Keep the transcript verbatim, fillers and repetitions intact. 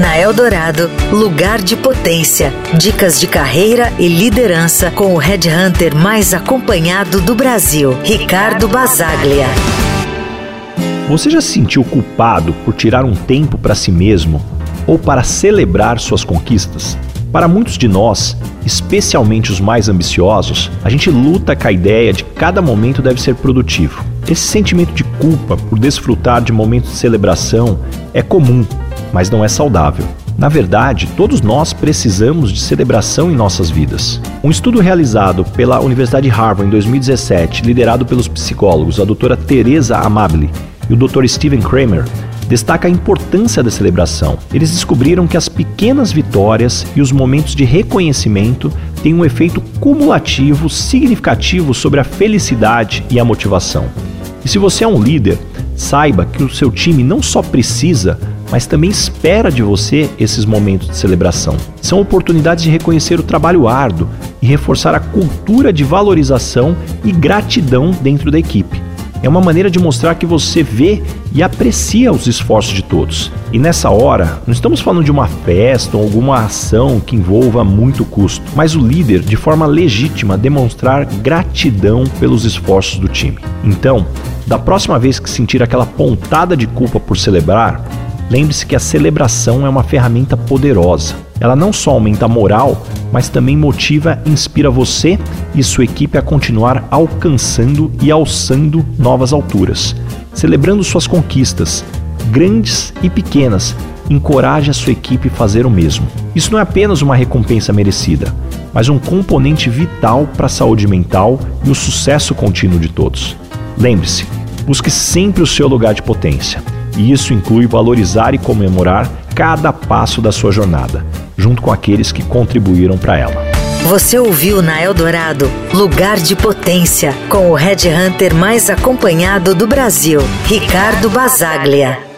Na Eldorado, Lugar de Potência. Dicas de carreira e liderança com o headhunter mais acompanhado do Brasil, Ricardo Bazzaglia. Você já se sentiu culpado por tirar um tempo para si mesmo ou para celebrar suas conquistas? Para muitos de nós, especialmente os mais ambiciosos, a gente luta com a ideia de que cada momento deve ser produtivo. Esse sentimento de culpa por desfrutar de momentos de celebração é comum, mas não é saudável. Na verdade, todos nós precisamos de celebração em nossas vidas. Um estudo realizado pela Universidade de Harvard em dois mil e dezessete, liderado pelos psicólogos a doutora Teresa Amabile e o doutor Steven Kramer, destaca a importância da celebração. Eles descobriram que as pequenas vitórias e os momentos de reconhecimento têm um efeito cumulativo significativo sobre a felicidade e a motivação. E se você é um líder, saiba que o seu time não só precisa, mas também espera de você esses momentos de celebração. São oportunidades de reconhecer o trabalho árduo e reforçar a cultura de valorização e gratidão dentro da equipe. É uma maneira de mostrar que você vê e aprecia os esforços de todos. E nessa hora, não estamos falando de uma festa ou alguma ação que envolva muito custo, mas o líder, de forma legítima, demonstrar gratidão pelos esforços do time. Então, da próxima vez que sentir aquela pontada de culpa por celebrar, lembre-se que a celebração é uma ferramenta poderosa. Ela não só aumenta a moral, mas também motiva e inspira você e sua equipe a continuar alcançando e alçando novas alturas. Celebrando suas conquistas, grandes e pequenas, encoraje a sua equipe a fazer o mesmo. Isso não é apenas uma recompensa merecida, mas um componente vital para a saúde mental e o sucesso contínuo de todos. Lembre-se, busque sempre o seu lugar de potência. E isso inclui valorizar e comemorar cada passo da sua jornada, junto com aqueles que contribuíram para ela. Você ouviu na Eldorado Lugar de Potência, com o headhunter mais acompanhado do Brasil, Ricardo Bazzaglia.